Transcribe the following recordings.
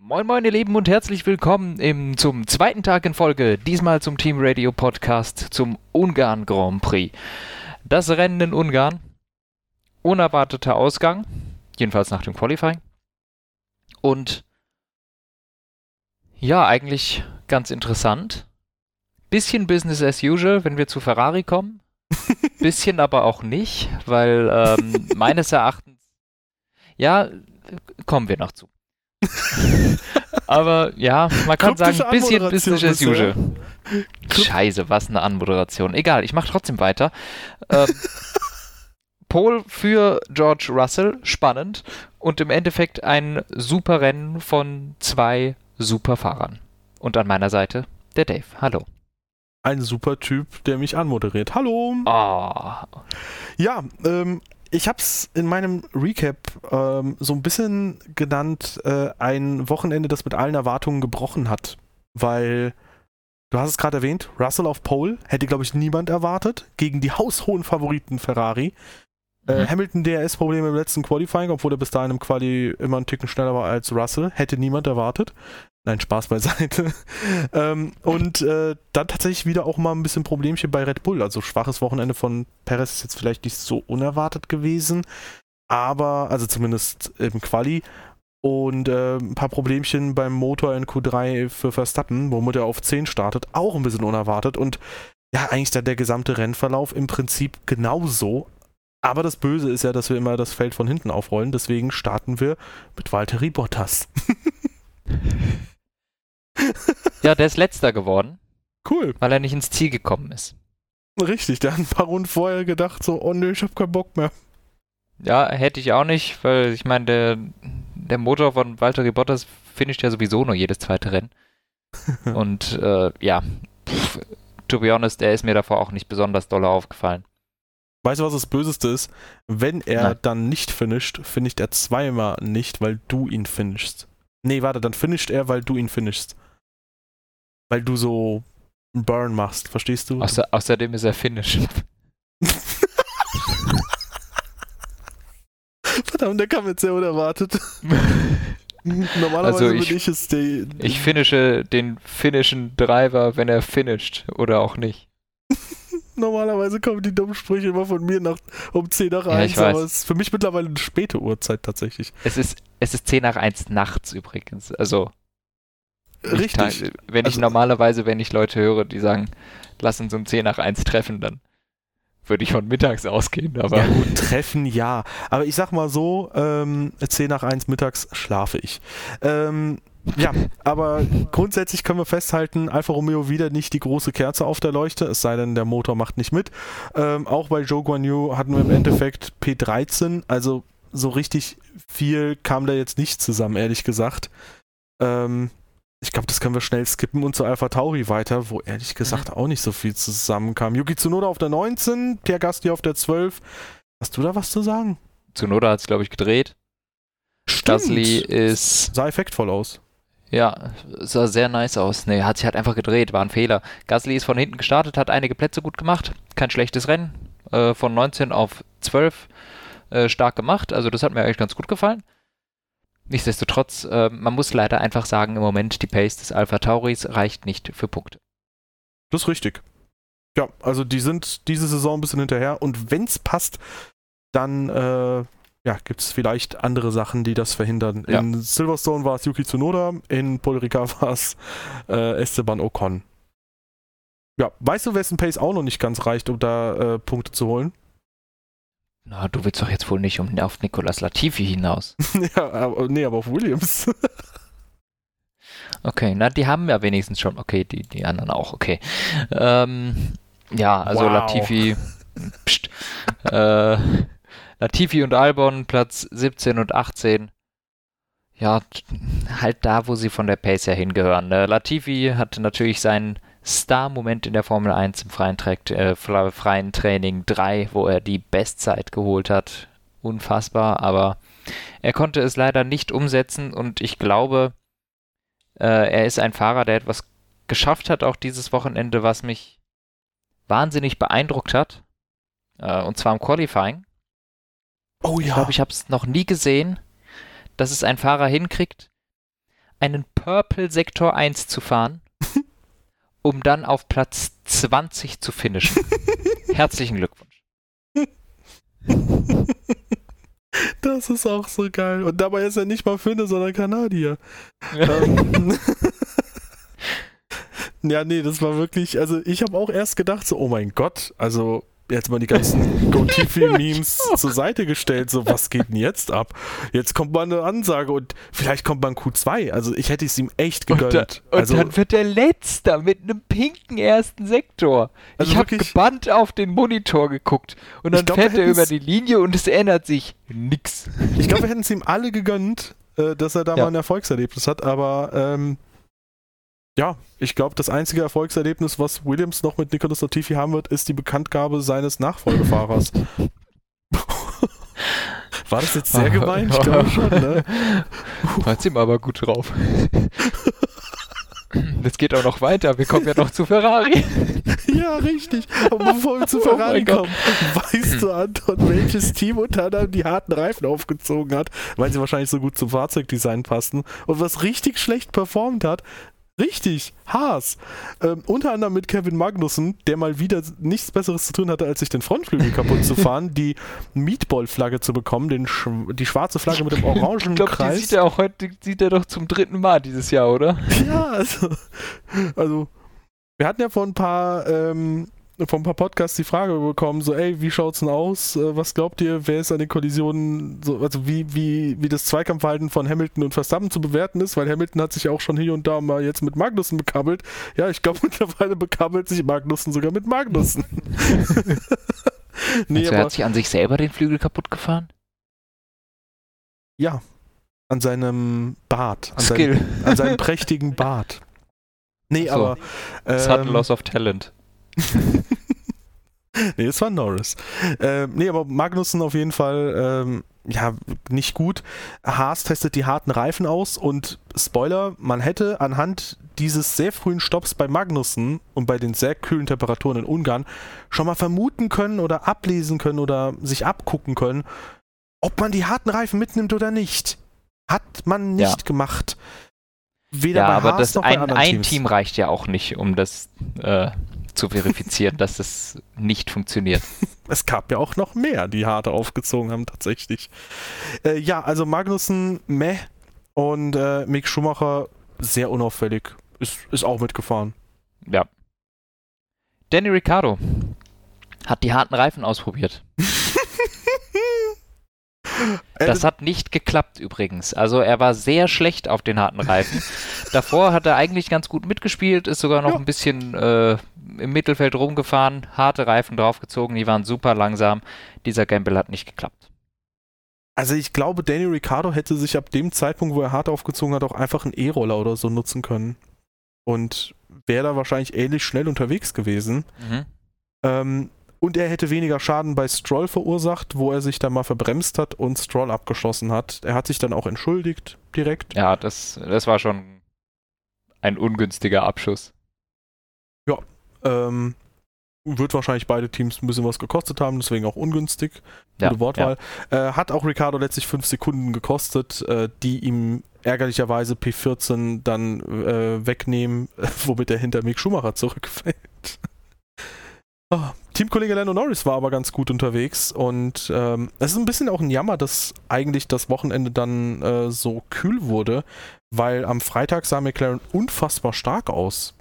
Moin moin ihr Lieben und herzlich willkommen zum zweiten Tag in Folge, diesmal zum Team Radio Podcast zum Ungarn Grand Prix. Das Rennen in Ungarn, unerwarteter Ausgang, jedenfalls nach dem Qualifying. Und ja, eigentlich ganz interessant. Bisschen Business as usual, wenn wir zu Ferrari kommen. Bisschen aber auch nicht, weil meines Erachtens, ja, kommen wir noch zu. Aber ja, man kann sagen, ein bisschen Business as usual. Scheiße, was eine Anmoderation. Egal, ich mache trotzdem weiter. Pole für George Russell, spannend. Und im Endeffekt ein super Rennen von zwei super Fahrern. Und an meiner Seite der Dave. Hallo. Ein super Typ, der mich anmoderiert. Hallo! Oh. Ja, ich hab's in meinem Recap so ein bisschen genannt, ein Wochenende, das mit allen Erwartungen gebrochen hat. Weil, du hast es gerade erwähnt, Russell auf Pole hätte, glaube ich, niemand erwartet. Gegen die haushohen Favoriten Ferrari. Hamilton DRS-Probleme im letzten Qualifying, obwohl er bis dahin im Quali immer einen Ticken schneller war als Russell. Hätte niemand erwartet. Nein, Spaß beiseite. Und dann tatsächlich wieder auch mal ein bisschen Problemchen bei Red Bull. Also schwaches Wochenende von Perez ist jetzt vielleicht nicht so unerwartet gewesen, aber, also zumindest im Quali. Und ein paar Problemchen beim Motor in Q3 für Verstappen, womit er auf 10 startet, auch ein bisschen unerwartet. Und ja, eigentlich dann der gesamte Rennverlauf im Prinzip genauso. Aber das Böse ist ja, dass wir immer das Feld von hinten aufrollen. Deswegen starten wir mit Valtteri Bottas. Ja, der ist letzter geworden. Cool. Weil er nicht ins Ziel gekommen ist. Richtig, der hat ein paar Runden vorher gedacht, so, oh nö, ich hab keinen Bock mehr. Ja, hätte ich auch nicht, weil ich meine, der Motor von Valtteri Bottas finisht ja sowieso nur jedes zweite Rennen. Und ja, to be honest, der ist mir davor auch nicht besonders doll aufgefallen. Weißt du, was das Böseste ist? Wenn er dann nicht finisht, finisht er zweimal nicht, weil du ihn finishst. Nee, warte, dann finisht er, weil du ihn finishst. Weil du so einen Burn machst, verstehst du? Außerdem ist er Finish. Verdammt, der kam jetzt sehr unerwartet. Normalerweise also bin ich es ich finische den finnischen Driver, wenn er finisht oder auch nicht. Normalerweise kommen die dummen Sprüche immer von mir um 10 nach 1, ja, aber es ist für mich mittlerweile eine späte Uhrzeit tatsächlich. Es ist 10 nach 1 nachts übrigens, also richtig. Wenn ich Leute höre, die sagen, lass uns um 10 nach 1 treffen, dann würde ich von mittags ausgehen. Aber ja gut, treffen ja. Aber ich sag mal so, 10 nach 1 mittags schlafe ich. Ja, aber grundsätzlich können wir festhalten, Alfa Romeo wieder nicht die große Kerze auf der Leuchte, es sei denn, der Motor macht nicht mit. Auch bei Zhou Guanyu hatten wir im Endeffekt P13, also so richtig viel kam da jetzt nicht zusammen, ehrlich gesagt. Ich glaube, das können wir schnell skippen und zu AlphaTauri weiter, wo ehrlich gesagt auch nicht so viel zusammenkam. Yuki Tsunoda auf der 19, Pierre Gasly auf der 12. Hast du da was zu sagen? Tsunoda hat es, glaube ich, gedreht. Stimmt. Gasly sah effektvoll aus. Ja, sah sehr nice aus. Ne, hat sich halt einfach gedreht, war ein Fehler. Gasly ist von hinten gestartet, hat einige Plätze gut gemacht. Kein schlechtes Rennen. Von 19 auf 12 stark gemacht. Also das hat mir eigentlich ganz gut gefallen. Nichtsdestotrotz, man muss leider einfach sagen, im Moment die Pace des AlphaTauris reicht nicht für Punkte. Das ist richtig. Ja, also die sind diese Saison ein bisschen hinterher und wenn es passt, dann gibt es vielleicht andere Sachen, die das verhindern. Ja. In Silverstone war es Yuki Tsunoda, in Paul Ricard war es Esteban Ocon. Ja, weißt du, wessen Pace auch noch nicht ganz reicht, um da Punkte zu holen? Na, du willst doch jetzt wohl nicht auf Nicolas Latifi hinaus. Ja, aber auf Williams. Okay, na, die haben ja wenigstens schon. Okay, die anderen auch, okay. Ja, also wow. Latifi und Albon, Platz 17 und 18. Ja, halt da, wo sie von der Pace her hingehören. Latifi hatte natürlich seinen Star-Moment in der Formel 1 im freien Training 3, wo er die Bestzeit geholt hat. Unfassbar, aber er konnte es leider nicht umsetzen und ich glaube, er ist ein Fahrer, der etwas geschafft hat, auch dieses Wochenende, was mich wahnsinnig beeindruckt hat. Und zwar im Qualifying. Oh ja. Ich glaube, ich habe es noch nie gesehen, dass es ein Fahrer hinkriegt, einen Purple Sektor 1 zu fahren, um dann auf Platz 20 zu finishen. Herzlichen Glückwunsch. Das ist auch so geil. Und dabei ist er nicht mal Finne, sondern Kanadier. Ja, nee, das war wirklich, also ich habe auch erst gedacht, so, oh mein Gott, also jetzt mal die ganzen GoTifi-Memes zur Seite gestellt, so, was geht denn jetzt ab? Jetzt kommt mal eine Ansage und vielleicht kommt mal ein Q2, also ich hätte es ihm echt gegönnt. Und dann wird der Letzter mit einem pinken ersten Sektor. Also ich habe wirklich, gebannt auf den Monitor geguckt und dann fährt er über die Linie und es ändert sich nix. Ich glaube, wir hätten es ihm alle gegönnt, dass er da mal ein Erfolgserlebnis hat, aber ja, ich glaube, das einzige Erfolgserlebnis, was Williams noch mit Nicholas Latifi haben wird, ist die Bekanntgabe seines Nachfolgefahrers. War das jetzt sehr gemeint? Ich glaube schon, ne? Hat ihm aber gut drauf. Das geht auch noch weiter, wir kommen ja noch zu Ferrari. Ja, richtig. Aber bevor wir zu Ferrari kommen, weißt du, Anton, welches Team unter anderem die harten Reifen aufgezogen hat, weil sie wahrscheinlich so gut zum Fahrzeugdesign passten und was richtig schlecht performt hat? Richtig, Haas. Unter anderem mit Kevin Magnussen, der mal wieder nichts Besseres zu tun hatte, als sich den Frontflügel kaputt zu fahren, die Meatball-Flagge zu bekommen, die schwarze Flagge mit dem orangen Kreis. Die sieht er doch zum 3. Mal dieses Jahr, oder? Ja, also wir hatten ja vor ein paar Podcasts die Frage bekommen, so, ey, wie schaut's denn aus? Was glaubt ihr, wer ist an den Kollisionen, so, also wie das Zweikampfverhalten von Hamilton und Verstappen zu bewerten ist, weil Hamilton hat sich ja auch schon hier und da mal jetzt mit Magnussen bekabbelt. Ja, ich glaube, mittlerweile bekabbelt sich Magnussen sogar mit Magnussen. Nee, also er hat sich an sich selber den Flügel kaputt gefahren? Ja, an seinem Bart. An seinem prächtigen Bart. Nee, so, aber Sudden Loss of Talent. Nee, es war Norris. Nee, aber Magnussen auf jeden Fall, ja, nicht gut. Haas testet die harten Reifen aus und Spoiler, man hätte anhand dieses sehr frühen Stopps bei Magnussen und bei den sehr kühlen Temperaturen in Ungarn schon mal vermuten können oder ablesen können oder sich abgucken können, ob man die harten Reifen mitnimmt oder nicht. Hat man nicht gemacht. Weder bei aber Haas noch bei anderen ein Teams. Team reicht ja auch nicht, um das zu verifizieren, dass es nicht funktioniert. Es gab ja auch noch mehr, die harte aufgezogen haben, tatsächlich. Ja, also Magnussen, meh. Und Mick Schumacher, sehr unauffällig. Ist auch mitgefahren. Ja. Danny Ricciardo hat die harten Reifen ausprobiert. Das hat nicht geklappt übrigens. Also er war sehr schlecht auf den harten Reifen. Davor hat er eigentlich ganz gut mitgespielt, ist sogar noch ein bisschen im Mittelfeld rumgefahren, harte Reifen draufgezogen, die waren super langsam. Dieser Gamble hat nicht geklappt. Also ich glaube, Danny Ricciardo hätte sich ab dem Zeitpunkt, wo er hart aufgezogen hat, auch einfach einen E-Roller oder so nutzen können. Und wäre da wahrscheinlich ähnlich schnell unterwegs gewesen. Und er hätte weniger Schaden bei Stroll verursacht, wo er sich dann mal verbremst hat und Stroll abgeschossen hat. Er hat sich dann auch entschuldigt, direkt. Ja, das war schon ein ungünstiger Abschuss. Ja, wird wahrscheinlich beide Teams ein bisschen was gekostet haben, deswegen auch ungünstig. Gute Wortwahl. Ja. Hat auch Ricciardo letztlich 5 Sekunden gekostet, die ihm ärgerlicherweise P14 dann wegnehmen, womit er hinter Mick Schumacher zurückfällt. Teamkollege Lando Norris war aber ganz gut unterwegs und es ist ein bisschen auch ein Jammer, dass eigentlich das Wochenende dann so kühl wurde, weil am Freitag sah McLaren unfassbar stark aus.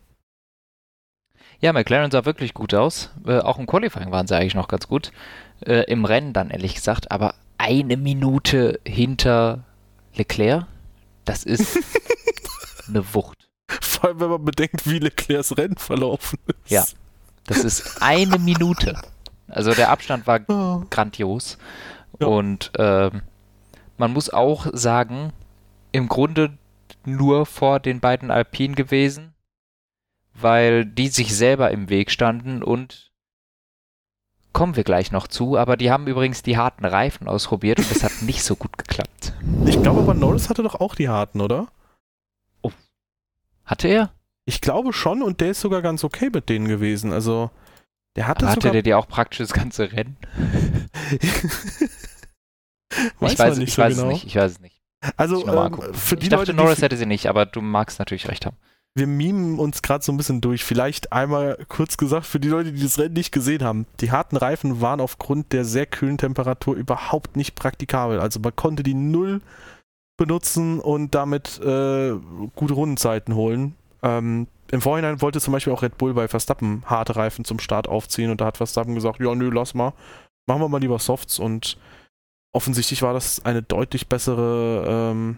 Ja, McLaren sah wirklich gut aus. Auch im Qualifying waren sie eigentlich noch ganz gut. Im Rennen dann ehrlich gesagt, aber 1 Minute hinter Leclerc, das ist eine Wucht. Vor allem, wenn man bedenkt, wie Leclercs Rennen verlaufen ist. Ja. Das ist 1 Minute. Also der Abstand war grandios. Ja. Und man muss auch sagen, im Grunde nur vor den beiden Alpinen gewesen, weil die sich selber im Weg standen und kommen wir gleich noch zu, aber die haben übrigens die harten Reifen ausprobiert und das hat nicht so gut geklappt. Ich glaube aber Norris hatte doch auch die harten, oder? Oh. Hatte er? Ich glaube schon und der ist sogar ganz okay mit denen gewesen. Also, der hatte aber sogar... Hatte der die auch praktisch das ganze Rennen? Ich weiß es nicht. Ich weiß es nicht. Also für die Ich dachte, Leute, Norris hätte sie nicht, aber du magst natürlich recht haben. wir mimen uns gerade so ein bisschen durch. Vielleicht einmal kurz gesagt, für die Leute, die das Rennen nicht gesehen haben, die harten Reifen waren aufgrund der sehr kühlen Temperatur überhaupt nicht praktikabel. Also man konnte die null benutzen und damit gute Rundenzeiten holen. Im Vorhinein wollte zum Beispiel auch Red Bull bei Verstappen harte Reifen zum Start aufziehen und da hat Verstappen gesagt, ja nö, lass mal, machen wir mal lieber Softs und offensichtlich war das eine deutlich bessere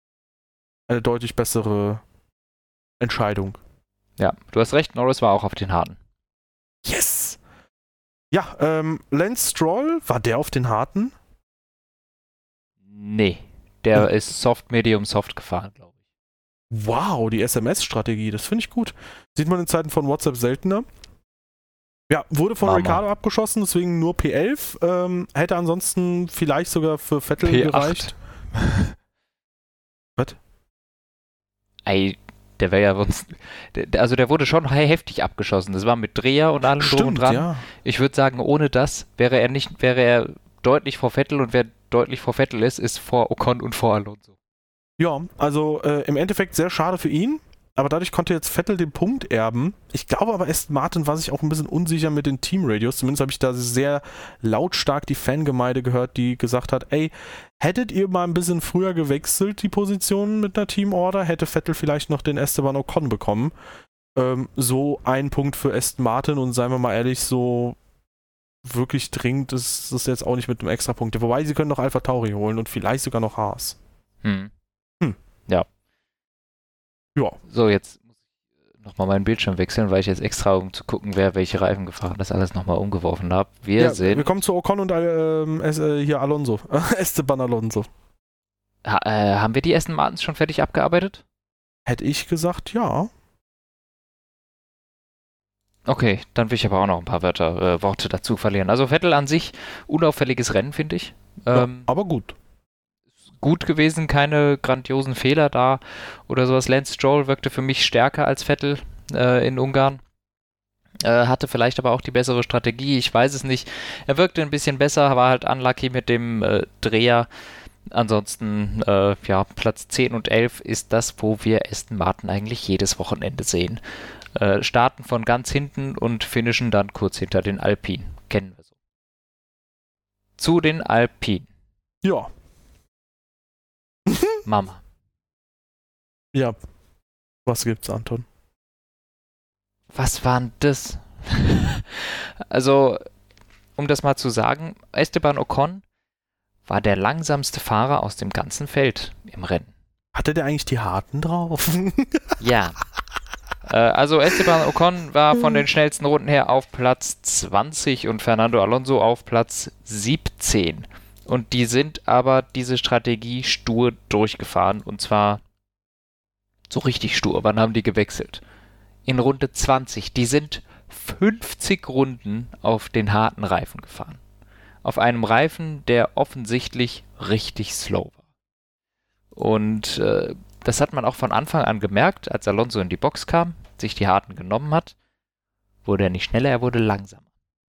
Entscheidung. Ja, du hast recht, Norris war auch auf den harten. Yes! Ja, Lance Stroll, war der auf den harten? Nee, der ist Soft, Medium, Soft gefahren, glaube ich. Wow, die SMS-Strategie, das finde ich gut. Sieht man in Zeiten von WhatsApp seltener. Ja, wurde von Ricciardo abgeschossen, deswegen nur P11. Hätte ansonsten vielleicht sogar für Vettel P8 gereicht. Was? Ey, der wäre ja sonst. Also der wurde schon heftig abgeschossen. Das war mit Dreher und allem drum und dran. Ja. Ich würde sagen, ohne das wäre er deutlich vor Vettel und wer deutlich vor Vettel ist vor Ocon und vor Alonso. Ja, also im Endeffekt sehr schade für ihn, aber dadurch konnte jetzt Vettel den Punkt erben. Ich glaube aber, Aston Martin war sich auch ein bisschen unsicher mit den Teamradios. Zumindest habe ich da sehr lautstark die Fangemeinde gehört, die gesagt hat, ey, hättet ihr mal ein bisschen früher gewechselt, die Positionen mit einer Teamorder, hätte Vettel vielleicht noch den Esteban Ocon bekommen. So ein Punkt für Aston Martin und seien wir mal ehrlich, so wirklich dringend ist das jetzt auch nicht mit einem Extrapunkt. Wobei, sie können noch Alpha Tauri holen und vielleicht sogar noch Haas. Ja. Ja. So, jetzt muss ich nochmal meinen Bildschirm wechseln, weil ich jetzt extra, um zu gucken, wer welche Reifen gefahren das alles nochmal umgeworfen habe. Wir kommen zu Ocon und hier Alonso. Esteban Alonso. Haben wir die Aston Martins schon fertig abgearbeitet? Hätte ich gesagt, ja. Okay, dann will ich aber auch noch ein paar Worte dazu verlieren. Also Vettel an sich, unauffälliges Rennen, finde ich. Aber gut. Gut gewesen, keine grandiosen Fehler da oder sowas. Lance Stroll wirkte für mich stärker als Vettel in Ungarn. Hatte vielleicht aber auch die bessere Strategie, ich weiß es nicht. Er wirkte ein bisschen besser, war halt unlucky mit dem Dreher. Ansonsten, Platz 10 und 11 ist das, wo wir Aston Martin eigentlich jedes Wochenende sehen. Starten von ganz hinten und finishen dann kurz hinter den Alpinen. Kennen wir so. Zu den Alpinen. Ja. Mama. Ja. Was gibt's, Anton? Was war denn das? Also, um das mal zu sagen, Esteban Ocon war der langsamste Fahrer aus dem ganzen Feld im Rennen. Hatte der eigentlich die Harten drauf? Ja. Also Esteban Ocon war von den schnellsten Runden her auf Platz 20 und Fernando Alonso auf Platz 17. Und die sind aber diese Strategie stur durchgefahren und zwar so richtig stur. Wann haben die gewechselt? In Runde 20. Die sind 50 Runden auf den harten Reifen gefahren. Auf einem Reifen, der offensichtlich richtig slow war. Und das hat man auch von Anfang an gemerkt, als Alonso in die Box kam, sich die harten genommen hat, wurde er nicht schneller, er wurde langsamer.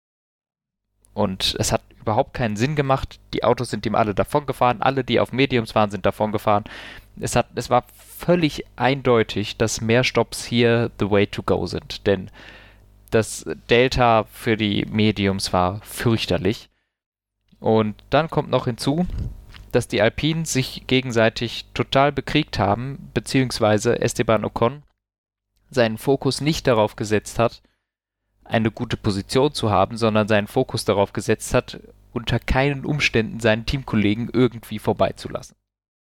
Und es hat überhaupt keinen Sinn gemacht. Die Autos sind ihm alle davongefahren. Alle, die auf Mediums waren, sind davongefahren. Es war völlig eindeutig, dass mehr Stops hier the way to go sind. Denn das Delta für die Mediums war fürchterlich. Und dann kommt noch hinzu, dass die Alpinen sich gegenseitig total bekriegt haben, beziehungsweise Esteban Ocon seinen Fokus nicht darauf gesetzt hat, eine gute Position zu haben, sondern seinen Fokus darauf gesetzt hat, unter keinen Umständen seinen Teamkollegen irgendwie vorbeizulassen.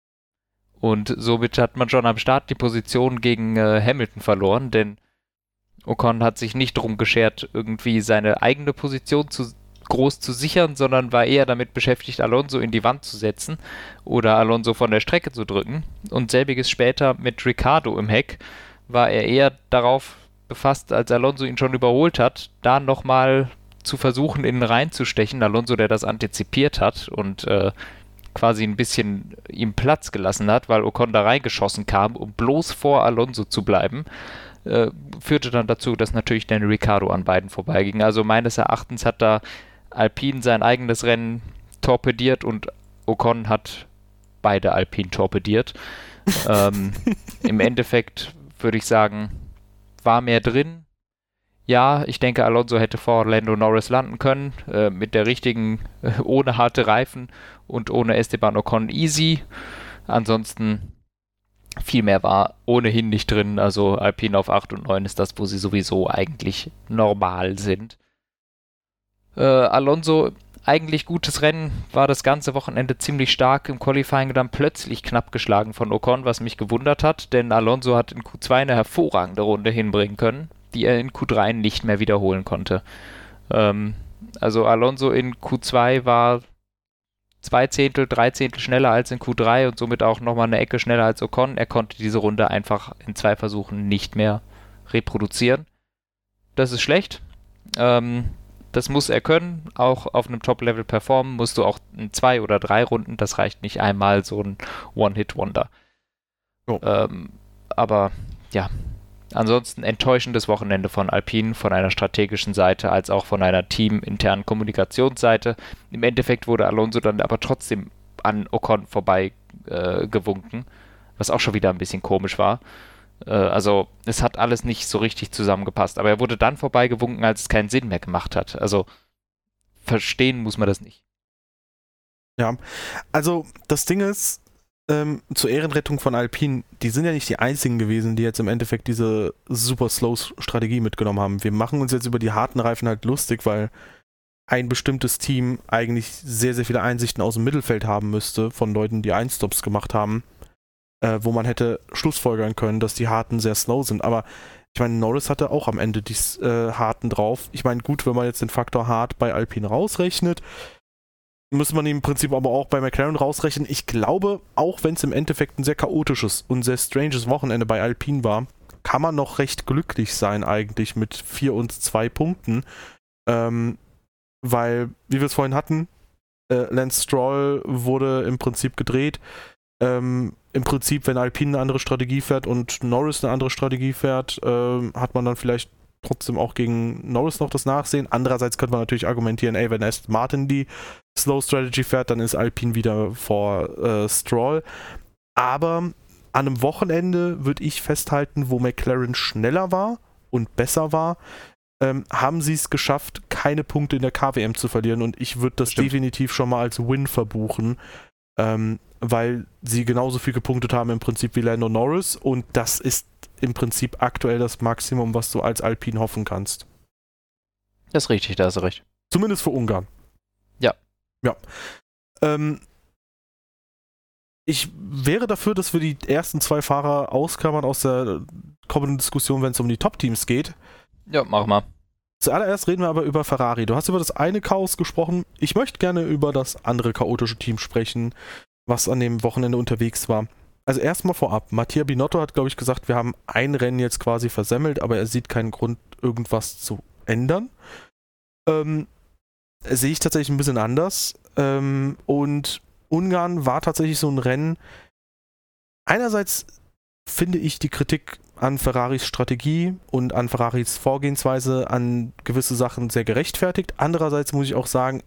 Und somit hat man schon am Start die Position gegen Hamilton verloren, denn Ocon hat sich nicht darum geschert, irgendwie seine eigene Position groß zu sichern, sondern war eher damit beschäftigt, Alonso in die Wand zu setzen oder Alonso von der Strecke zu drücken. Und selbiges später mit Ricciardo im Heck war er eher darauf befasst, als Alonso ihn schon überholt hat, da nochmal zu versuchen, innen reinzustechen. Alonso, der das antizipiert hat und quasi ein bisschen ihm Platz gelassen hat, weil Ocon da reingeschossen kam, um bloß vor Alonso zu bleiben, führte dann dazu, dass natürlich Daniel Ricciardo an beiden vorbeiging. Also meines Erachtens hat da Alpine sein eigenes Rennen torpediert und Ocon hat beide Alpine torpediert. Im Endeffekt würde ich sagen, war mehr drin. Ja, ich denke, Alonso hätte vor Lando Norris landen können, mit der richtigen, ohne harte Reifen und ohne Esteban Ocon easy. Ansonsten viel mehr war ohnehin nicht drin. Also Alpine auf 8 und 9 ist das, wo sie sowieso eigentlich normal sind. Alonso, eigentlich gutes Rennen, war das ganze Wochenende ziemlich stark im Qualifying, dann plötzlich knapp geschlagen von Ocon, was mich gewundert hat, denn Alonso hat in Q2 eine hervorragende Runde hinbringen können, die er in Q3 nicht mehr wiederholen konnte. Also Alonso in Q2 war 2 Zehntel, 3 Zehntel schneller als in Q3 und somit auch nochmal eine Ecke schneller als Ocon. Er konnte diese Runde einfach in 2 Versuchen nicht mehr reproduzieren. Das ist schlecht. Das muss er können. Auch auf einem Top-Level performen musst du auch in 2 oder 3 Runden. Das reicht nicht einmal so ein One-Hit-Wonder. Oh. Aber ja, ansonsten enttäuschendes Wochenende von Alpine, von einer strategischen Seite als auch von einer teaminternen Kommunikationsseite. Im Endeffekt wurde Alonso dann aber trotzdem an Ocon vorbei gewunken, was auch schon wieder ein bisschen komisch war. Also es hat alles nicht so richtig zusammengepasst, aber er wurde dann vorbeigewunken, als es keinen Sinn mehr gemacht hat. Also verstehen muss man das nicht. Ja, also das Ding ist, zur Ehrenrettung von Alpine, die sind ja nicht die einzigen gewesen, die jetzt im Endeffekt diese super Slow-Strategie mitgenommen haben. Wir machen uns jetzt über die harten Reifen halt lustig, weil ein bestimmtes Team eigentlich sehr, sehr viele Einsichten aus dem Mittelfeld haben müsste, von Leuten, die Einstops gemacht haben, wo man hätte schlussfolgern können, dass die harten sehr slow sind. Aber ich meine, Norris hatte auch am Ende die harten drauf. Ich meine, gut, wenn man jetzt den Faktor hart bei Alpine rausrechnet, muss man im Prinzip aber auch bei McLaren rausrechnen. Ich glaube, auch wenn es im Endeffekt ein sehr chaotisches und sehr stranges Wochenende bei Alpine war, kann man noch recht glücklich sein eigentlich mit 4 und 2 Punkten. Weil, wie wir es vorhin hatten, Lance Stroll wurde im Prinzip gedreht. Im Prinzip, wenn Alpine eine andere Strategie fährt und Norris eine andere Strategie fährt, hat man dann vielleicht trotzdem auch gegen Norris noch das Nachsehen. Andererseits könnte man natürlich argumentieren, ey, wenn Aston Martin die Slow Strategy fährt, dann ist Alpine wieder vor Stroll. Aber an einem Wochenende würde ich festhalten, wo McLaren schneller war und besser war, haben sie es geschafft, keine Punkte in der KWM zu verlieren, und ich würde das definitiv schon mal als Win verbuchen, weil sie genauso viel gepunktet haben im Prinzip wie Lando Norris, und das ist im Prinzip aktuell das Maximum, was du als Alpine hoffen kannst. Das ist richtig, da hast du recht. Zumindest für Ungarn. Ja. Ja. Ich wäre dafür, dass wir die ersten 2 Fahrer ausklammern aus der kommenden Diskussion, wenn es um die Top-Teams geht. Ja, mach mal. Zuallererst reden wir aber über Ferrari. Du hast über das eine Chaos gesprochen. Ich möchte gerne über das andere chaotische Team sprechen, was an dem Wochenende unterwegs war. Also erstmal vorab, Mattia Binotto hat, glaube ich, gesagt, wir haben ein Rennen jetzt quasi versemmelt, aber er sieht keinen Grund, irgendwas zu ändern. Sehe ich tatsächlich ein bisschen anders. Und Ungarn war tatsächlich so ein Rennen. Einerseits finde ich die Kritik an Ferraris Strategie und an Ferraris Vorgehensweise an gewisse Sachen sehr gerechtfertigt. Andererseits muss ich auch sagen,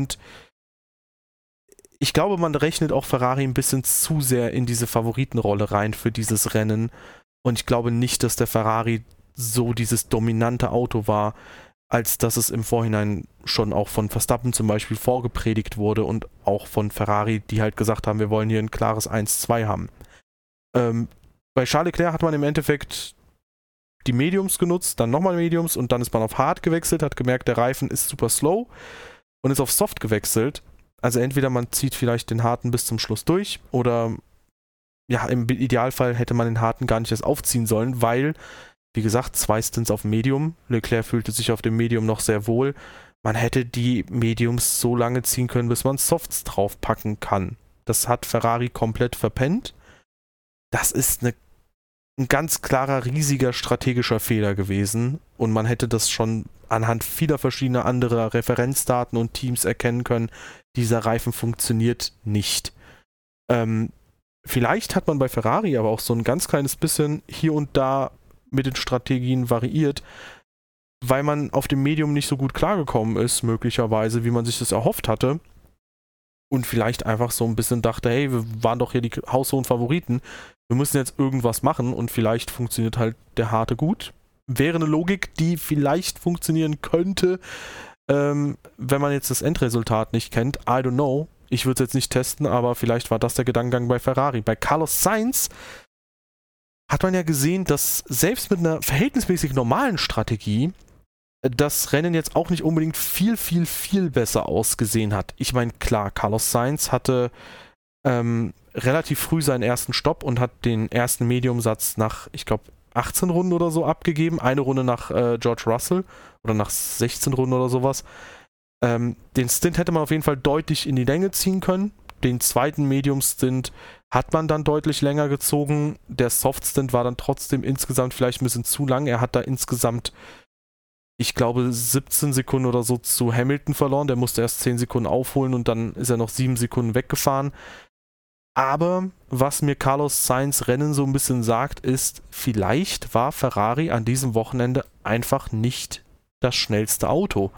ich glaube, man rechnet auch Ferrari ein bisschen zu sehr in diese Favoritenrolle rein für dieses Rennen. Und ich glaube nicht, dass der Ferrari so dieses dominante Auto war, als dass es im Vorhinein schon auch von Verstappen zum Beispiel vorgepredigt wurde und auch von Ferrari, die halt gesagt haben, wir wollen hier ein klares 1-2 haben. Bei Charles Leclerc hat man im Endeffekt die Mediums genutzt, dann nochmal Mediums und dann ist man auf Hard gewechselt, hat gemerkt, der Reifen ist super slow und ist auf Soft gewechselt. Also entweder man zieht vielleicht den Harten bis zum Schluss durch oder ja, im Idealfall hätte man den Harten gar nicht erst aufziehen sollen, weil, wie gesagt, 2 Stints auf Medium. Leclerc fühlte sich auf dem Medium noch sehr wohl. Man hätte die Mediums so lange ziehen können, bis man Softs draufpacken kann. Das hat Ferrari komplett verpennt. Das ist ein ganz klarer, riesiger strategischer Fehler gewesen und man hätte das schon anhand vieler verschiedener anderer Referenzdaten und Teams erkennen können, dieser Reifen funktioniert nicht. Vielleicht hat man bei Ferrari aber auch so ein ganz kleines bisschen hier und da mit den Strategien variiert, weil man auf dem Medium nicht so gut klargekommen ist, möglicherweise, wie man sich das erhofft hatte. und vielleicht einfach so ein bisschen dachte, hey, wir waren doch hier die haushohen Favoriten, wir müssen jetzt irgendwas machen und vielleicht funktioniert halt der Harte gut. Wäre eine Logik, die vielleicht funktionieren könnte, wenn man jetzt das Endresultat nicht kennt. I don't know. Ich würde es jetzt nicht testen, aber vielleicht war das der Gedankengang bei Ferrari. Bei Carlos Sainz hat man ja gesehen, dass selbst mit einer verhältnismäßig normalen Strategie das Rennen jetzt auch nicht unbedingt viel, viel, viel besser ausgesehen hat. Ich meine, klar, Carlos Sainz hatte relativ früh seinen ersten Stopp und hat den ersten Mediumsatz nach, ich glaube, 18 Runden oder so abgegeben. Eine Runde nach George Russell oder nach 16 Runden oder sowas. Den Stint hätte man auf jeden Fall deutlich in die Länge ziehen können. Den zweiten Medium-Stint hat man dann deutlich länger gezogen. Der Soft-Stint war dann trotzdem insgesamt vielleicht ein bisschen zu lang. Er hat da insgesamt, ich glaube, 17 Sekunden oder so zu Hamilton verloren. Der musste erst 10 Sekunden aufholen und dann ist er noch 7 Sekunden weggefahren. Aber was mir Carlos Sainz Rennen so ein bisschen sagt, ist, vielleicht war Ferrari an diesem Wochenende einfach nicht das schnellste Auto.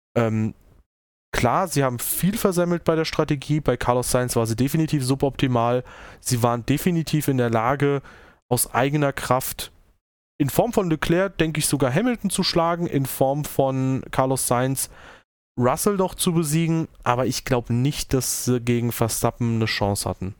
Klar, sie haben viel versemmelt bei der Strategie. Bei Carlos Sainz war sie definitiv suboptimal. Sie waren definitiv in der Lage, aus eigener Kraft in Form von Leclerc, denke ich, sogar Hamilton zu schlagen, in Form von Carlos Sainz Russell noch zu besiegen, aber ich glaube nicht, dass sie gegen Verstappen eine Chance hatten.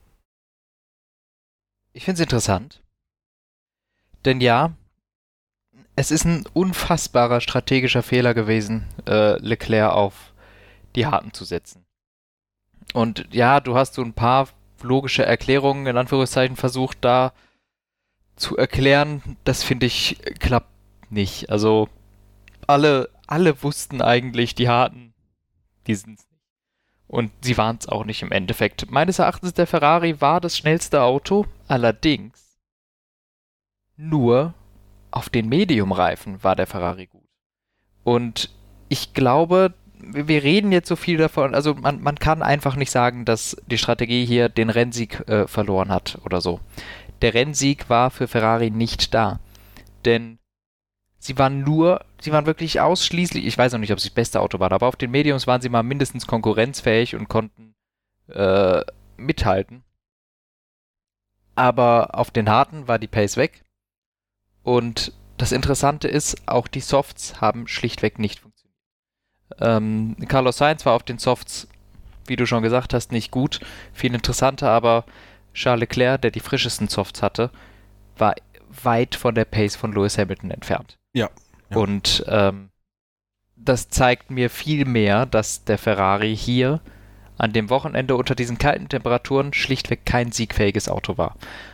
Ich finde es interessant. Denn ja, es ist ein unfassbarer strategischer Fehler gewesen, Leclerc auf die Harten zu setzen. Und ja, du hast so ein paar logische Erklärungen, in Anführungszeichen, versucht da zu erklären. Das finde ich klappt nicht. Also alle wussten eigentlich, die Harten, die sind es nicht. Und sie waren es auch nicht im Endeffekt. Meines Erachtens, der Ferrari war das schnellste Auto, allerdings nur auf den Medium-Reifen war der Ferrari gut. Und ich glaube, wir reden jetzt so viel davon, also man kann einfach nicht sagen, dass die Strategie hier den Rennsieg verloren hat oder so. Der Rennsieg war für Ferrari nicht da. Denn sie waren wirklich ausschließlich, ich weiß noch nicht, ob sie das beste Auto waren, aber auf den Mediums waren sie mal mindestens konkurrenzfähig und konnten mithalten. Aber auf den Harten war die Pace weg. Und das Interessante ist, auch die Softs haben schlichtweg nicht funktioniert. Carlos Sainz war auf den Softs, wie du schon gesagt hast, nicht gut. Viel interessanter, aber Charles Leclerc, der die frischesten Softs hatte, war weit von der Pace von Lewis Hamilton entfernt. Ja. Und das zeigt mir viel mehr, dass der Ferrari hier an dem Wochenende unter diesen kalten Temperaturen schlichtweg kein siegfähiges Auto war.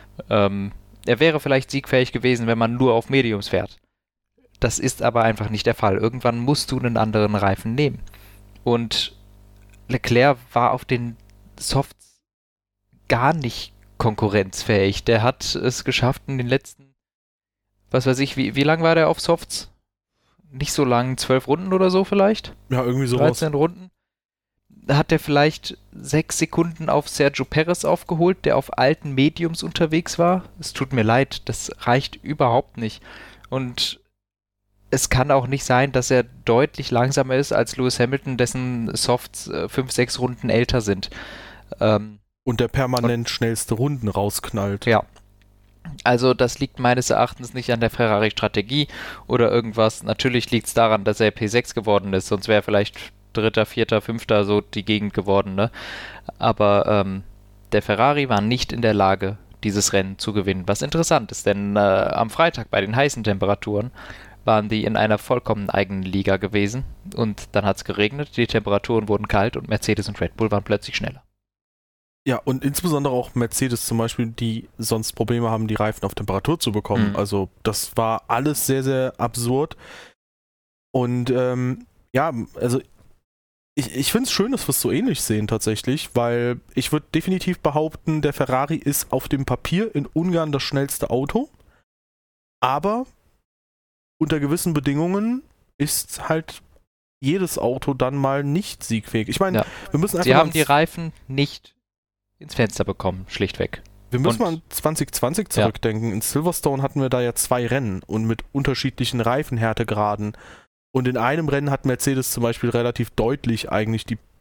Er wäre vielleicht siegfähig gewesen, wenn man nur auf Mediums fährt. Das ist aber einfach nicht der Fall. Irgendwann musst du einen anderen Reifen nehmen. Und Leclerc war auf den Softs gar nicht konkurrenzfähig. Der hat es geschafft in den letzten, was weiß ich, wie lang war der auf Softs? Nicht so lang, 12 Runden oder so vielleicht? Ja, irgendwie sowas. 13 Runden. Da hat er vielleicht 6 Sekunden auf Sergio Perez aufgeholt, der auf alten Mediums unterwegs war. Es tut mir leid, das reicht überhaupt nicht. Und es kann auch nicht sein, dass er deutlich langsamer ist als Lewis Hamilton, dessen Softs 5, 6 Runden älter sind. Und der permanent schnellste Runden rausknallt. Ja. Also das liegt meines Erachtens nicht an der Ferrari-Strategie oder irgendwas. Natürlich liegt es daran, dass er P6 geworden ist, sonst wäre er vielleicht 3., 4., 5. so die Gegend geworden, ne? Aber der Ferrari war nicht in der Lage, dieses Rennen zu gewinnen. Was interessant ist, denn am Freitag bei den heißen Temperaturen waren die in einer vollkommen eigenen Liga gewesen und dann hat es geregnet, die Temperaturen wurden kalt und Mercedes und Red Bull waren plötzlich schneller. Ja, und insbesondere auch Mercedes zum Beispiel, die sonst Probleme haben, die Reifen auf Temperatur zu bekommen. Mhm. Also das war alles sehr, sehr absurd. Und ja, also ich finde es schön, dass wir es so ähnlich sehen tatsächlich, weil ich würde definitiv behaupten, der Ferrari ist auf dem Papier in Ungarn das schnellste Auto, aber unter gewissen Bedingungen ist halt jedes Auto dann mal nicht siegfähig. Ich meine, Ja. wir müssen einfach Sie haben die Reifen nicht ins Fenster bekommen, schlichtweg. Wir müssen Und- mal an 2020 zurückdenken. In Silverstone hatten wir da ja 2 Rennen und mit unterschiedlichen Reifenhärtegraden. Und in einem Rennen hat Mercedes zum Beispiel relativ deutlich eigentlich die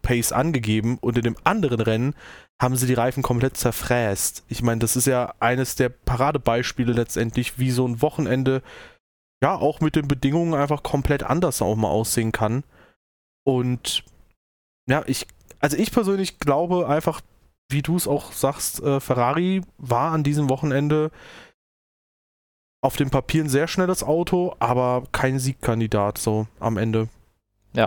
Pace angegeben und in dem anderen Rennen haben sie die Reifen komplett zerfräst. Ich meine, das ist ja eines der Paradebeispiele letztendlich, wie so ein Wochenende ja auch mit den Bedingungen einfach komplett anders auch mal aussehen kann. Und ja, ich persönlich glaube einfach, wie du es auch sagst, Ferrari war an diesem Wochenende auf dem Papier ein sehr schnelles Auto, aber kein Siegkandidat so am Ende. Ja.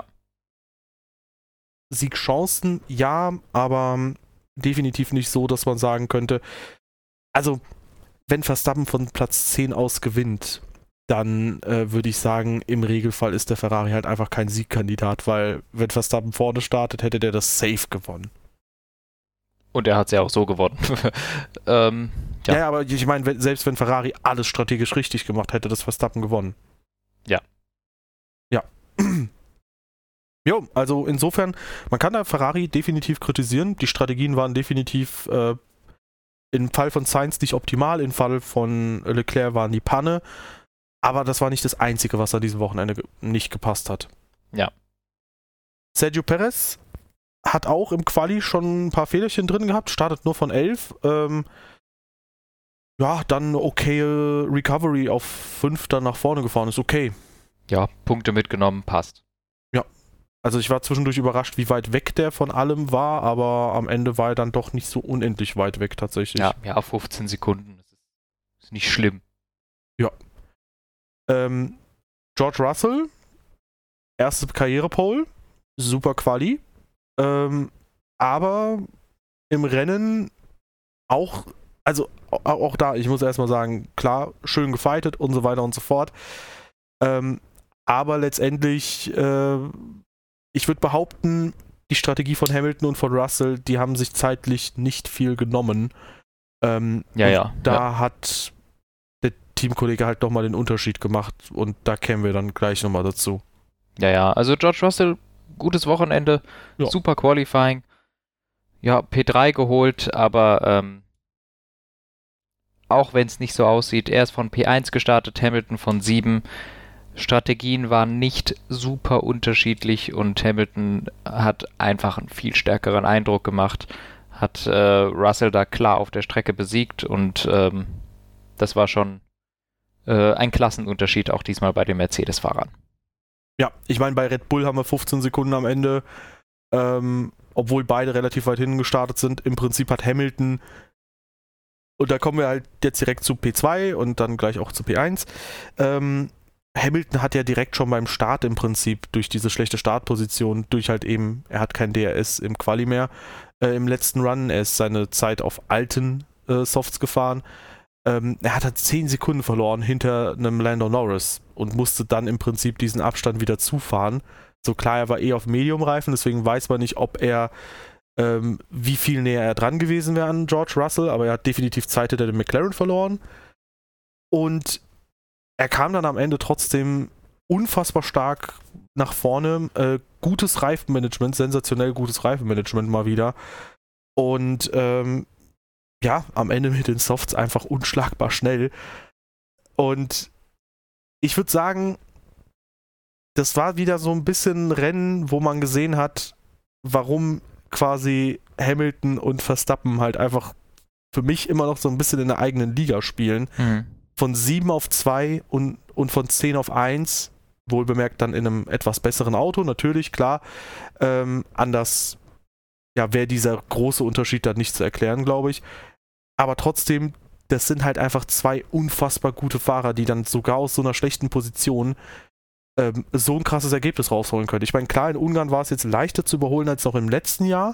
Siegchancen, ja, aber definitiv nicht so, dass man sagen könnte, also wenn Verstappen von Platz 10 aus gewinnt, dann würde ich sagen, im Regelfall ist der Ferrari halt einfach kein Siegkandidat, weil wenn Verstappen vorne startet, hätte der das safe gewonnen. Und er hat es ja auch so gewonnen. Ja, aber ich meine, selbst wenn Ferrari alles strategisch richtig gemacht hätte, das Verstappen gewonnen. Ja. Ja. Jo, also insofern, man kann da Ferrari definitiv kritisieren. Die Strategien waren definitiv im Fall von Sainz nicht optimal, im Fall von Leclerc waren die Panne. Aber das war nicht das Einzige, was an diesem Wochenende nicht gepasst hat. Ja. Sergio Perez hat auch im Quali schon ein paar Fehlerchen drin gehabt, startet nur von 11. Ja, dann okay Recovery auf 5 dann nach vorne gefahren, ist okay. Ja, Punkte mitgenommen, passt. Ja, also ich war zwischendurch überrascht, wie weit weg der von allem war, aber am Ende war er dann doch nicht so unendlich weit weg tatsächlich. Ja, 15 Sekunden, das ist nicht schlimm. Ja. George Russell, erste Karrierepole, super Quali, aber im Rennen auch, also auch da, ich muss erstmal sagen, klar, schön gefightet und so weiter und so fort, aber letztendlich, ich würde behaupten, die Strategie von Hamilton und von Russell, die haben sich zeitlich nicht viel genommen. Da hat der Teamkollege halt nochmal den Unterschied gemacht und da kämen wir dann gleich nochmal dazu. Ja, also George Russell, gutes Wochenende, super Qualifying, ja, P3 geholt, aber auch wenn es nicht so aussieht, er ist von P1 gestartet, Hamilton von 7. Strategien waren nicht super unterschiedlich und Hamilton hat einfach einen viel stärkeren Eindruck gemacht, hat Russell da klar auf der Strecke besiegt und das war schon ein Klassenunterschied auch diesmal bei den Mercedes-Fahrern. Ja, ich meine, bei Red Bull haben wir 15 Sekunden am Ende, obwohl beide relativ weit hinten gestartet sind. Im Prinzip hat Hamilton, und da kommen wir halt jetzt direkt zu P2 und dann gleich auch zu P1, Hamilton hat ja direkt schon beim Start im Prinzip durch diese schlechte Startposition, durch halt eben, er hat kein DRS im Quali mehr, im letzten Run, er ist seine Zeit auf alten Softs gefahren, er hat halt 10 Sekunden verloren hinter einem Lando Norris und musste dann im Prinzip diesen Abstand wieder zufahren. So klar, er war auf Medium-Reifen, deswegen weiß man nicht, ob er wie viel näher er dran gewesen wäre an George Russell, aber er hat definitiv Zeit hinter dem McLaren verloren und er kam dann am Ende trotzdem unfassbar stark nach vorne. Gutes Reifenmanagement, sensationell gutes Reifenmanagement mal wieder. Und am Ende mit den Softs einfach unschlagbar schnell. Und ich würde sagen, das war wieder so ein bisschen ein Rennen, wo man gesehen hat, warum quasi Hamilton und Verstappen halt einfach für mich immer noch so ein bisschen in der eigenen Liga spielen. Von 7 auf 2 und von 10 auf 1, wohlbemerkt dann in einem etwas besseren Auto, natürlich, klar. Anders wäre dieser große Unterschied dann nicht zu erklären, glaube ich. Aber trotzdem, das sind halt einfach 2 unfassbar gute Fahrer, die dann sogar aus so einer schlechten Position so ein krasses Ergebnis rausholen können. Ich meine, klar, in Ungarn war es jetzt leichter zu überholen als noch im letzten Jahr.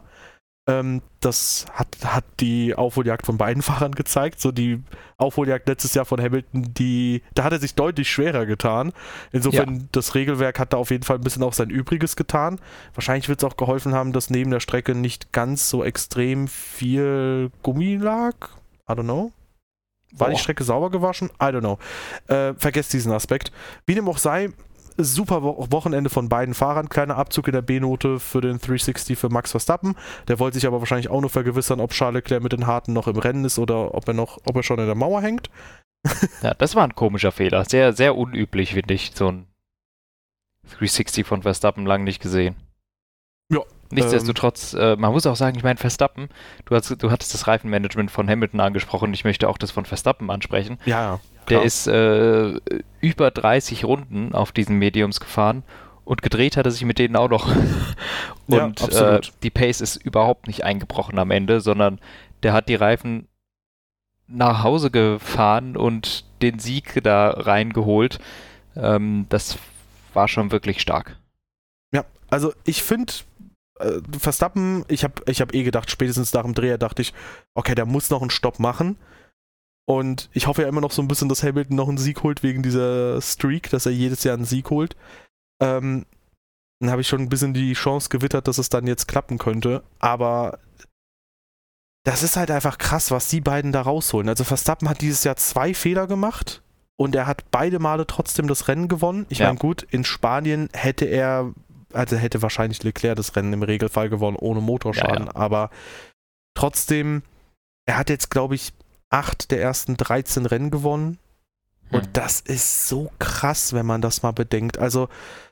Das hat die Aufholjagd von beiden Fahrern gezeigt. So die Aufholjagd letztes Jahr von Hamilton, da hat er sich deutlich schwerer getan. Insofern, das Regelwerk hat da auf jeden Fall ein bisschen auch sein Übriges getan. Wahrscheinlich wird es auch geholfen haben, dass neben der Strecke nicht ganz so extrem viel Gummi lag. I don't know. War die Strecke sauber gewaschen? I don't know. Vergesst diesen Aspekt. Wie dem auch sei, super Wochenende von beiden Fahrern. Kleiner Abzug in der B-Note für den 360 für Max Verstappen. Der wollte sich aber wahrscheinlich auch nur vergewissern, ob Charles Leclerc mit den Harten noch im Rennen ist oder ob er schon in der Mauer hängt. Ja, das war ein komischer Fehler. Sehr, sehr unüblich, finde ich. So ein 360 von Verstappen lang nicht gesehen. Ja, Nichtsdestotrotz, man muss auch sagen, ich meine, Verstappen, du hattest das Reifenmanagement von Hamilton angesprochen, ich möchte auch das von Verstappen ansprechen. Ja, Der klar. ist über 30 Runden auf diesen Mediums gefahren und gedreht hat er sich mit denen auch noch. Ja, Und absolut. die Pace ist überhaupt nicht eingebrochen am Ende, sondern der hat die Reifen nach Hause gefahren und den Sieg da reingeholt. Das war schon wirklich stark. Ja, also ich finde, Verstappen, ich hab eh gedacht, spätestens nach dem Dreher dachte ich, okay, der muss noch einen Stopp machen. Und ich hoffe ja immer noch so ein bisschen, dass Hamilton noch einen Sieg holt wegen dieser Streak, dass er jedes Jahr einen Sieg holt. Dann habe ich schon ein bisschen die Chance gewittert, dass es dann jetzt klappen könnte. Aber das ist halt einfach krass, was die beiden da rausholen. Also Verstappen hat dieses Jahr 2 Fehler gemacht und er hat beide Male trotzdem das Rennen gewonnen. Ich meine, gut, in Spanien hätte wahrscheinlich Leclerc das Rennen im Regelfall gewonnen, ohne Motorschaden. Ja. Aber trotzdem, er hat jetzt, glaube ich, 8 der ersten 13 Rennen gewonnen. Und das ist so krass, wenn man das mal bedenkt. Also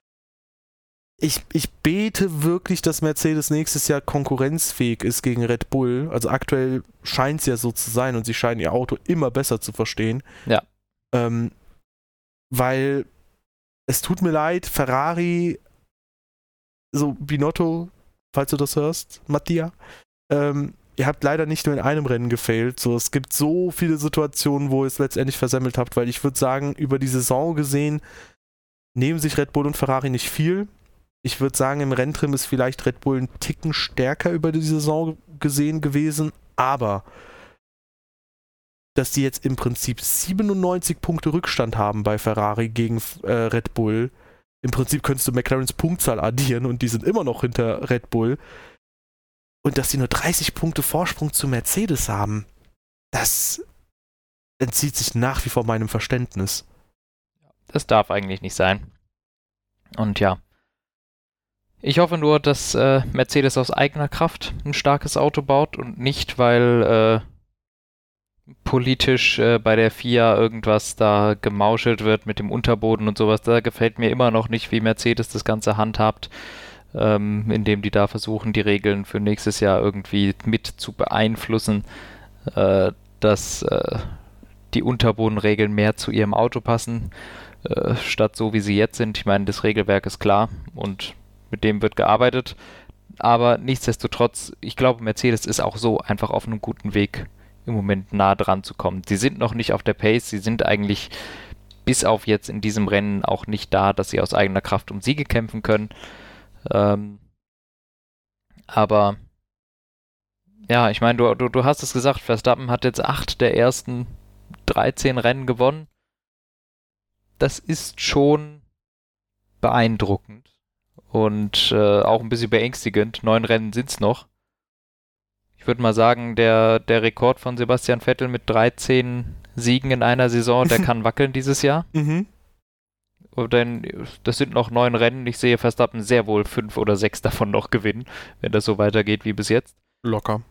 ich bete wirklich, dass Mercedes nächstes Jahr konkurrenzfähig ist gegen Red Bull. Also aktuell scheint es ja so zu sein und sie scheinen ihr Auto immer besser zu verstehen. Ja. Weil es tut mir leid, Ferrari, so Binotto, falls du das hörst, Mattia, ihr habt leider nicht nur in einem Rennen gefailt. So, es gibt so viele Situationen, wo ihr es letztendlich versemmelt habt, weil ich würde sagen, über die Saison gesehen nehmen sich Red Bull und Ferrari nicht viel. Ich würde sagen, im Renntrim ist vielleicht Red Bull einen Ticken stärker über die Saison gesehen gewesen, aber dass die jetzt im Prinzip 97 Punkte Rückstand haben bei Ferrari gegen Red Bull. Im Prinzip könntest du McLarens Punktzahl addieren und die sind immer noch hinter Red Bull. Und dass die nur 30 Punkte Vorsprung zu Mercedes haben, das entzieht sich nach wie vor meinem Verständnis. Das darf eigentlich nicht sein. Und ja, ich hoffe nur, dass Mercedes aus eigener Kraft ein starkes Auto baut und nicht, weil politisch bei der FIA irgendwas da gemauschelt wird mit dem Unterboden und sowas. Da gefällt mir immer noch nicht, wie Mercedes das Ganze handhabt, indem die da versuchen, die Regeln für nächstes Jahr irgendwie mit zu beeinflussen, dass die Unterbodenregeln mehr zu ihrem Auto passen, statt so, wie sie jetzt sind. Ich meine, das Regelwerk ist klar und mit dem wird gearbeitet. Aber nichtsdestotrotz, ich glaube, Mercedes ist auch so einfach auf einem guten Weg, im Moment nah dran zu kommen. Sie sind noch nicht auf der Pace, sie sind eigentlich bis auf jetzt in diesem Rennen auch nicht da, dass sie aus eigener Kraft um Siege kämpfen können. Aber ja, ich meine, du hast es gesagt, Verstappen hat jetzt 8 der ersten 13 Rennen gewonnen. Das ist schon beeindruckend und auch ein bisschen beängstigend. 9 Rennen sind es noch. Ich würde mal sagen, der Rekord von Sebastian Vettel mit 13 Siegen in einer Saison, der kann wackeln dieses Jahr. Denn das sind noch 9 Rennen. Ich sehe Verstappen sehr wohl 5 oder 6 davon noch gewinnen, wenn das so weitergeht wie bis jetzt. Locker.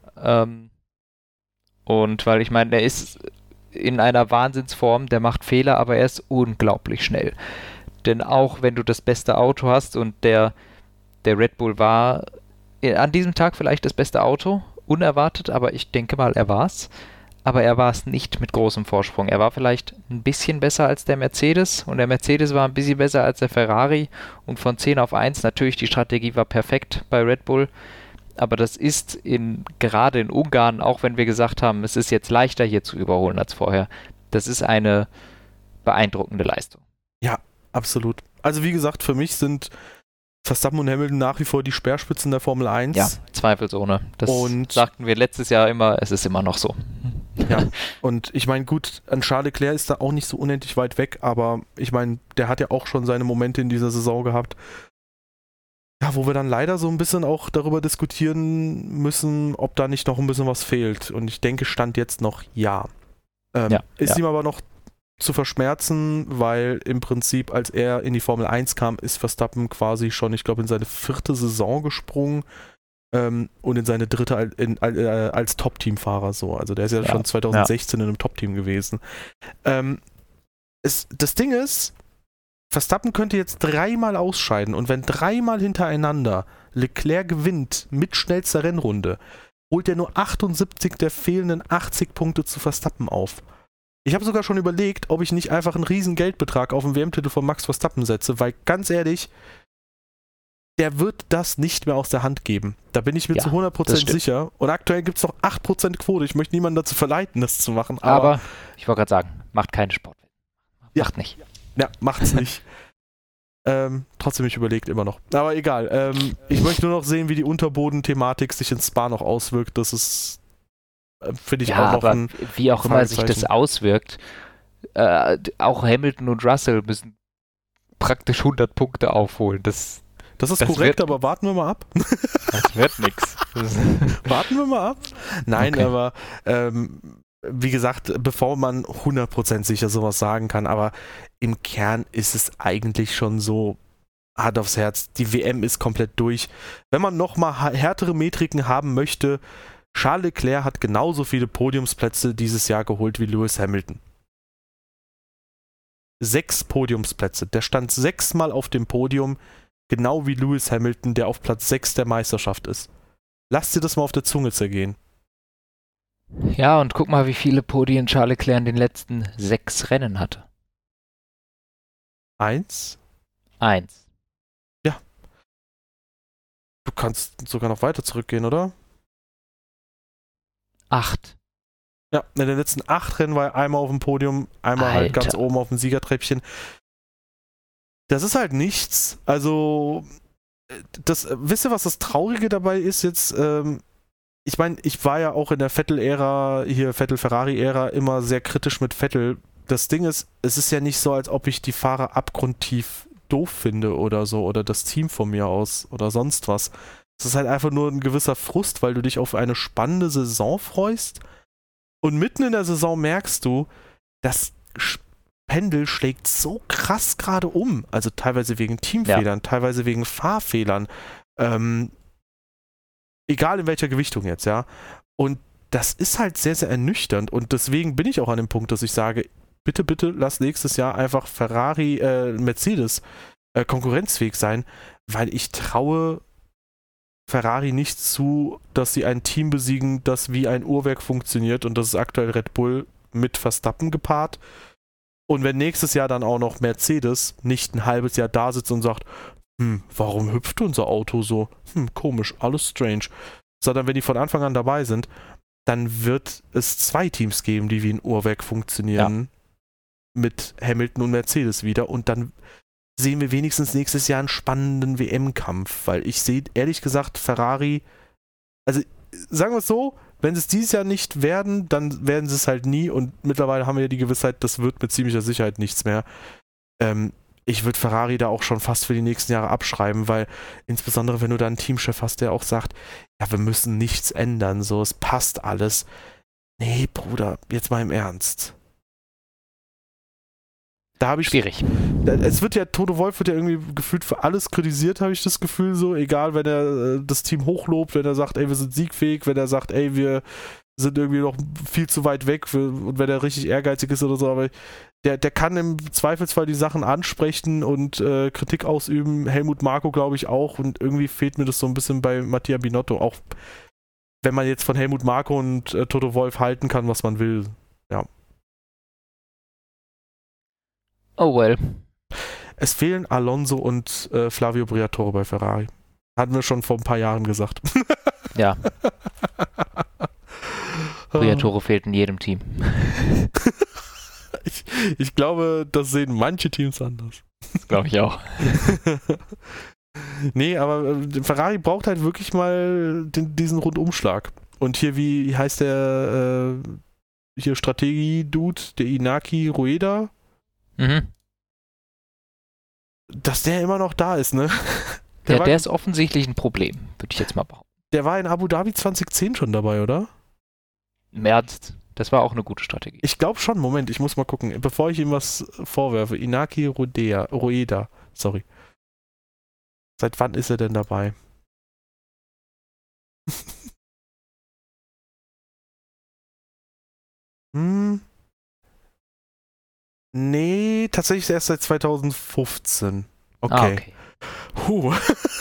Und weil ich meine, er ist in einer Wahnsinnsform, der macht Fehler, aber er ist unglaublich schnell. Denn auch wenn du das beste Auto hast und der Red Bull war an diesem Tag vielleicht das beste Auto, unerwartet, aber ich denke mal, er war es. Aber er war es nicht mit großem Vorsprung. Er war vielleicht ein bisschen besser als der Mercedes und der Mercedes war ein bisschen besser als der Ferrari und von 10 auf 1, natürlich die Strategie war perfekt bei Red Bull, aber das ist gerade in Ungarn, auch wenn wir gesagt haben, es ist jetzt leichter hier zu überholen als vorher, das ist eine beeindruckende Leistung. Ja, absolut. Also wie gesagt, für mich sind Verstappen und Hamilton nach wie vor die Speerspitzen der Formel 1. Ja, zweifelsohne. Das sagten wir letztes Jahr immer, es ist immer noch so. Ja, und ich meine, gut, an Charles Leclerc ist da auch nicht so unendlich weit weg, aber ich meine, der hat ja auch schon seine Momente in dieser Saison gehabt. Ja, wo wir dann leider so ein bisschen auch darüber diskutieren müssen, ob da nicht noch ein bisschen was fehlt. Und ich denke, Stand jetzt noch ja. Ist ihm aber noch zu verschmerzen, weil im Prinzip, als er in die Formel 1 kam, ist Verstappen quasi schon, ich glaube, in seine 4. Saison gesprungen und in seine 3. als Top-Team-Fahrer so. Also der ist ja schon 2016 in einem Top-Team gewesen. Das Ding ist, Verstappen könnte jetzt 3-mal ausscheiden und wenn 3-mal hintereinander Leclerc gewinnt mit schnellster Rennrunde, holt er nur 78 der fehlenden 80 Punkte zu Verstappen auf. Ich habe sogar schon überlegt, ob ich nicht einfach einen riesen Geldbetrag auf den WM-Titel von Max Verstappen setze, weil ganz ehrlich, der wird das nicht mehr aus der Hand geben. Da bin ich mir zu 100% sicher. Und aktuell gibt es noch 8% Quote. Ich möchte niemanden dazu verleiten, das zu machen. Aber ich wollte gerade sagen, macht keine Sport. Macht nicht. Ja, macht's nicht. Trotzdem, ich überlegt immer noch. Aber egal. Ich möchte nur noch sehen, wie die Unterboden-Thematik sich in Spa noch auswirkt. Das ist, finde ich, auch noch aber wie auch immer sich das auswirkt, auch Hamilton und Russell müssen praktisch 100 Punkte aufholen. Das ist korrekt, aber warten wir mal ab. Das wird nix. Warten wir mal ab. Nein, okay. Aber wie gesagt, bevor man 100% sicher sowas sagen kann, aber im Kern ist es eigentlich schon so hart aufs Herz. Die WM ist komplett durch. Wenn man nochmal härtere Metriken haben möchte, Charles Leclerc hat genauso viele Podiumsplätze dieses Jahr geholt wie Lewis Hamilton. 6 Podiumsplätze. Der stand 6-mal auf dem Podium, genau wie Lewis Hamilton, der auf Platz 6 der Meisterschaft ist. Lass dir das mal auf der Zunge zergehen. Ja, und guck mal, wie viele Podien Charles Leclerc in den letzten 6 Rennen hatte. 1? Ja. Du kannst sogar noch weiter zurückgehen, oder? 8. Ja, in den letzten 8 Rennen war er einmal auf dem Podium, einmal halt ganz oben auf dem Siegertreppchen. Das ist halt nichts. Also, wisst ihr, was das Traurige dabei ist jetzt? Ich meine, ich war ja auch in der Vettel-Ära, hier Vettel-Ferrari-Ära, immer sehr kritisch mit Vettel. Das Ding ist, es ist ja nicht so, als ob ich die Fahrer abgrundtief doof finde oder so, oder das Team von mir aus oder sonst was. Es ist halt einfach nur ein gewisser Frust, weil du dich auf eine spannende Saison freust und mitten in der Saison merkst du, das Pendel schlägt so krass gerade um. Also teilweise wegen Teamfehlern, teilweise wegen Fahrfehlern. Egal in welcher Gewichtung jetzt, ja. Und das ist halt sehr, sehr ernüchternd. Und deswegen bin ich auch an dem Punkt, dass ich sage, bitte, bitte lass nächstes Jahr einfach Mercedes konkurrenzfähig sein, weil ich traue Ferrari nicht zu, dass sie ein Team besiegen, das wie ein Uhrwerk funktioniert. Und das ist aktuell Red Bull mit Verstappen gepaart. Und wenn nächstes Jahr dann auch noch Mercedes nicht ein halbes Jahr da sitzt und sagt, warum hüpft unser Auto so? Komisch, alles strange. Sondern wenn die von Anfang an dabei sind, dann wird es 2 Teams geben, die wie ein Uhrwerk funktionieren. Mit Hamilton und Mercedes wieder. Und dann sehen wir wenigstens nächstes Jahr einen spannenden WM-Kampf. Weil ich sehe, ehrlich gesagt, Ferrari, also sagen wir es so, wenn sie es dieses Jahr nicht werden, dann werden sie es halt nie. Und mittlerweile haben wir ja die Gewissheit, das wird mit ziemlicher Sicherheit nichts mehr. Ich würde Ferrari da auch schon fast für die nächsten Jahre abschreiben, weil insbesondere wenn du da einen Teamchef hast, der auch sagt, ja, wir müssen nichts ändern, so, es passt alles. Nee, Bruder, jetzt mal im Ernst. Da habe ich... Schwierig. Es wird ja, Toto Wolff wird ja irgendwie gefühlt für alles kritisiert, habe ich das Gefühl so, egal, wenn er das Team hochlobt, wenn er sagt, ey, wir sind siegfähig, wenn er sagt, ey, wir sind irgendwie noch viel zu weit weg und wenn er richtig ehrgeizig ist oder so, aber der kann im Zweifelsfall die Sachen ansprechen und Kritik ausüben. Helmut Marko, glaube ich, auch. Und irgendwie fehlt mir das so ein bisschen bei Mattia Binotto. Auch wenn man jetzt von Helmut Marko und Toto Wolff halten kann, was man will. Ja. Oh well. Es fehlen Alonso und Flavio Briatore bei Ferrari. Hatten wir schon vor ein paar Jahren gesagt. Ja. Briatore fehlt in jedem Team. Ich glaube, das sehen manche Teams anders. Das glaube ich auch. Nee, aber Ferrari braucht halt wirklich mal diesen Rundumschlag. Und hier, wie heißt der hier Strategie-Dude, der Inaki Rueda? Dass der immer noch da ist, ne? Der ist offensichtlich ein Problem, würde ich jetzt mal behaupten. Der war in Abu Dhabi 2010 schon dabei, oder? Im Ernst? Das war auch eine gute Strategie. Ich glaube schon, Moment, ich muss mal gucken, bevor ich ihm was vorwerfe. Inaki Rueda, sorry. Seit wann ist er denn dabei? Nee, tatsächlich erst seit 2015. Ah, Okay. okay. Puh.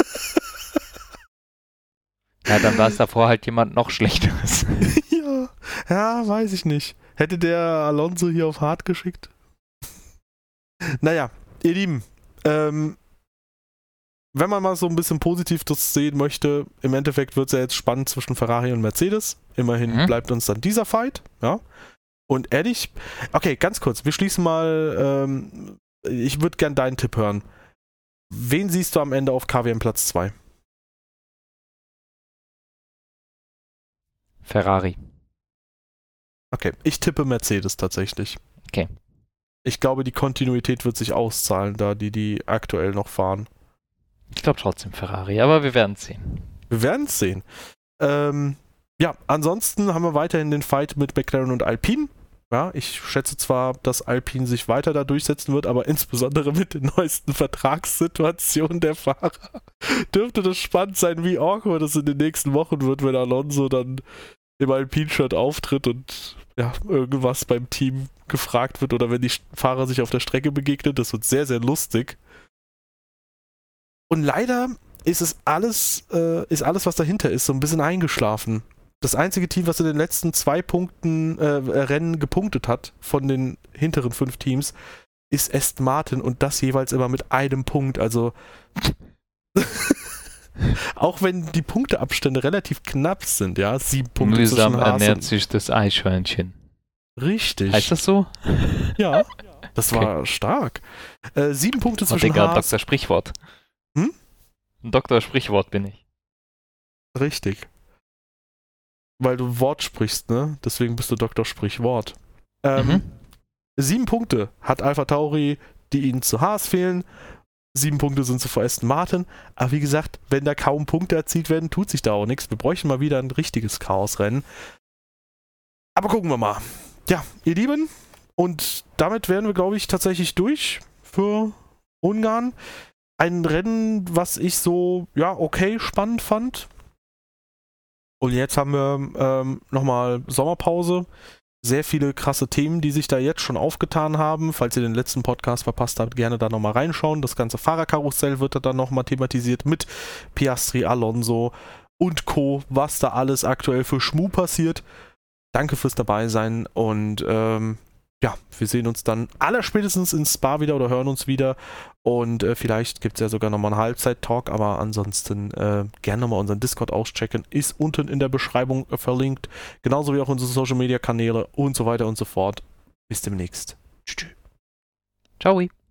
Ja, dann war es davor halt jemand noch Schlechteres. Ja, weiß ich nicht. Hätte der Alonso hier auf hart geschickt? Naja, ihr Lieben, wenn man mal so ein bisschen positiv das sehen möchte, im Endeffekt wird es ja jetzt spannend zwischen Ferrari und Mercedes. Immerhin bleibt uns dann dieser Fight, ja. Und ehrlich, okay, ganz kurz, wir schließen mal, ich würde gern deinen Tipp hören. Wen siehst du am Ende auf KWM Platz 2? Ferrari. Okay, ich tippe Mercedes tatsächlich. Okay. Ich glaube, die Kontinuität wird sich auszahlen, da die aktuell noch fahren. Ich glaube trotzdem Ferrari, aber wir werden es sehen. Wir werden es sehen. Ja, ansonsten haben wir weiterhin den Fight mit McLaren und Alpine. Ja, ich schätze zwar, dass Alpine sich weiter da durchsetzen wird, aber insbesondere mit den neuesten Vertragssituationen der Fahrer dürfte das spannend sein, wie awkward es in den nächsten Wochen wird, wenn Alonso dann im Alpine-Shirt auftritt und ja, irgendwas beim Team gefragt wird oder wenn die Fahrer sich auf der Strecke begegnen. Das wird sehr, sehr lustig. Und leider ist alles, was dahinter ist, so ein bisschen eingeschlafen. Das einzige Team, was in den letzten 2 Rennen gepunktet hat, von den hinteren 5 Teams, ist Aston Martin und das jeweils immer mit einem Punkt. Also auch wenn die Punkteabstände relativ knapp sind, ja, 7 Punkte Mühsam zwischen Haas ernährt sich das Eichhörnchen. Richtig. Heißt das so? Ja, das war stark. 7 Punkte Oh, zwischen Digga, Haas. Dr. Sprichwort. Hm? Ein Dr. Sprichwort bin ich. Richtig. Weil du Wort sprichst, ne? Deswegen bist du Dr. Sprichwort. 7 Punkte hat Alpha Tauri, die ihnen zu Haas fehlen. 7 Punkte sind zu Aston Martin. Aber wie gesagt, wenn da kaum Punkte erzielt werden, tut sich da auch nichts. Wir bräuchten mal wieder ein richtiges Chaosrennen. Aber gucken wir mal. Ja, ihr Lieben, und damit wären wir, glaube ich, tatsächlich durch für Ungarn. Ein Rennen, was ich so, ja, okay, spannend fand. Und jetzt haben wir nochmal Sommerpause. Sehr viele krasse Themen, die sich da jetzt schon aufgetan haben. Falls ihr den letzten Podcast verpasst habt, gerne da nochmal reinschauen. Das ganze Fahrerkarussell wird da dann nochmal thematisiert mit Piastri, Alonso und Co., was da alles aktuell für Schmuh passiert. Danke fürs Dabeisein und ja, wir sehen uns dann allerspätestens in Spa wieder oder hören uns wieder und vielleicht gibt es ja sogar nochmal einen Halbzeit-Talk, aber ansonsten gerne nochmal unseren Discord auschecken, ist unten in der Beschreibung verlinkt, genauso wie auch unsere Social-Media-Kanäle und so weiter und so fort. Bis demnächst. Tschüss. Ciao.